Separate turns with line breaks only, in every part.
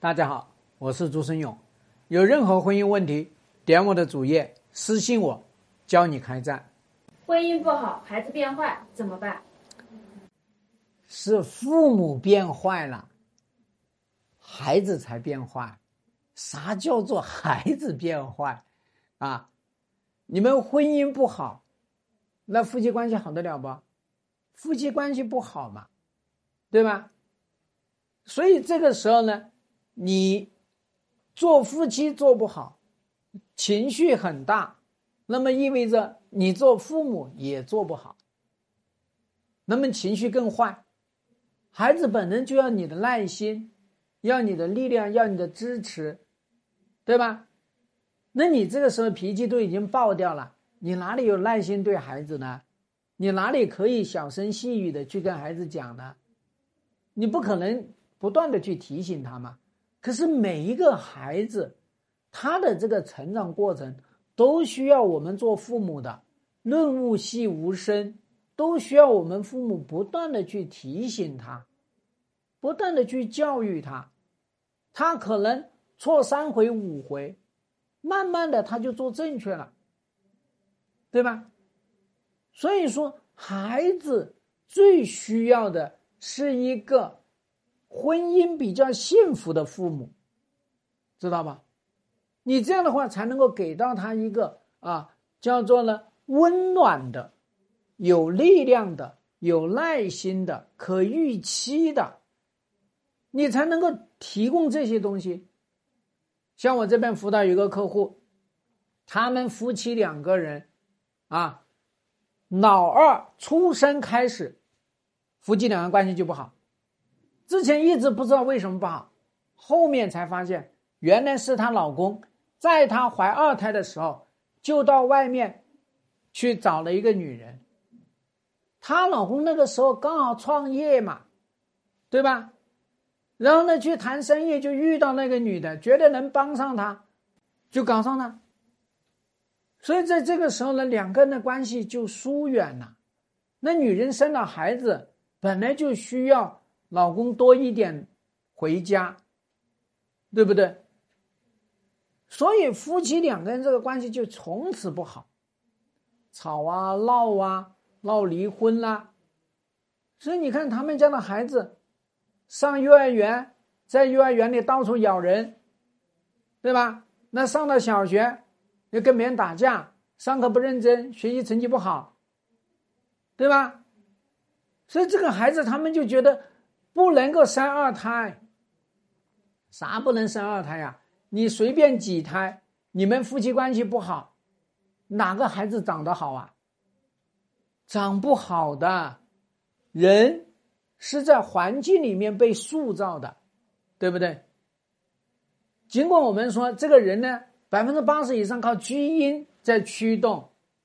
大家好，我是朱生勇。有任何婚姻问题，点我的主页私信我，教你开战。
婚姻不好，孩子变坏怎么办？
是父母变坏了，孩子才变坏。啥叫做孩子变坏啊？你们婚姻不好，那夫妻关系好得了不？夫妻关系不好嘛，对吧？所以这个时候呢，你做夫妻做不好，情绪很大，那么意味着你做父母也做不好，那么情绪更坏。孩子本身就要你的耐心，要你的力量，要你的支持，对吧？那你这个时候脾气都已经爆掉了，你哪里有耐心对孩子呢？你哪里可以小声细语的去跟孩子讲呢？你不可能不断的去提醒他嘛。可是每一个孩子他的这个成长过程都需要我们做父母的润物细无声，都需要我们父母不断的去提醒他，不断的去教育他。他可能错3回5回，慢慢的他就做正确了，对吧？所以说孩子最需要的是一个婚姻比较幸福的父母，知道吧？你这样的话才能够给到他一个叫做呢温暖的、有力量的、有耐心的、可预期的，你才能够提供这些东西。像我这边辅导有一个客户，他们夫妻2个人老二出生开始，夫妻2个关系就不好。之前一直不知道为什么不好，后面才发现原来是她老公在她怀2胎的时候就到外面去找了一个女人。她老公那个时候刚好创业嘛，对吧？然后呢去谈生意，就遇到那个女的，觉得能帮上他，就搞上了。所以在这个时候呢，2个人的关系就疏远了。那女人生了孩子，本来就需要老公多一点回家，对不对？所以夫妻2个人这个关系就从此不好，吵啊闹啊，闹离婚啦。所以你看他们家的孩子上幼儿园，在幼儿园里到处咬人，对吧？那上了小学又跟别人打架，上课不认真，学习成绩不好，对吧？所以这个孩子他们就觉得不能够生2胎。啥不能生2胎呀？你随便几胎，你们夫妻关系不好，哪个孩子长得好啊？长不好的。人是在环境里面被塑造的，对不对？尽管我们说这个人呢，80%以上靠基因在驱动，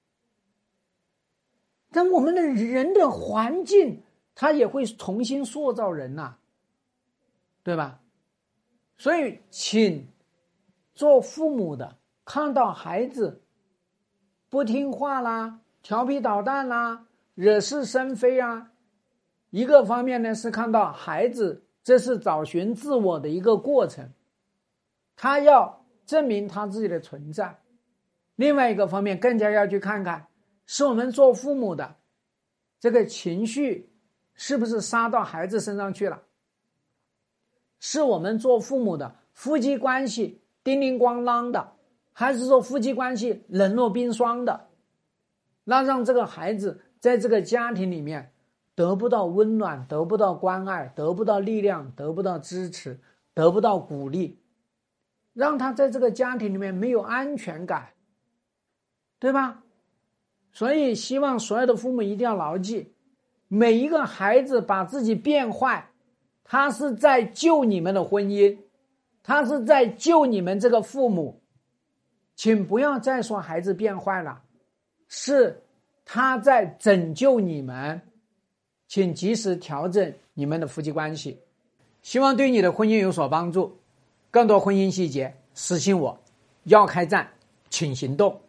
但我们的人的环境它也会重新塑造人呐，对吧？所以请做父母的看到孩子不听话啦，调皮捣蛋啦，惹是生非啊，一个方面呢是看到孩子这是找寻自我的一个过程，他要证明他自己的存在。另外一个方面更加要去看看，是我们做父母的这个情绪是不是杀到孩子身上去了，是我们做父母的夫妻关系叮铃咣啷的，还是说夫妻关系冷若冰霜的，那让这个孩子在这个家庭里面得不到温暖，得不到关爱，得不到力量，得不到支持，得不到鼓励，让他在这个家庭里面没有安全感，对吧？所以希望所有的父母一定要牢记，每一个孩子把自己变坏，他是在救你们的婚姻，他是在救你们这个父母。请不要再说孩子变坏了，是他在拯救你们，请及时调整你们的夫妻关系。希望对你的婚姻有所帮助。更多婚姻细节私信我，要开战请行动。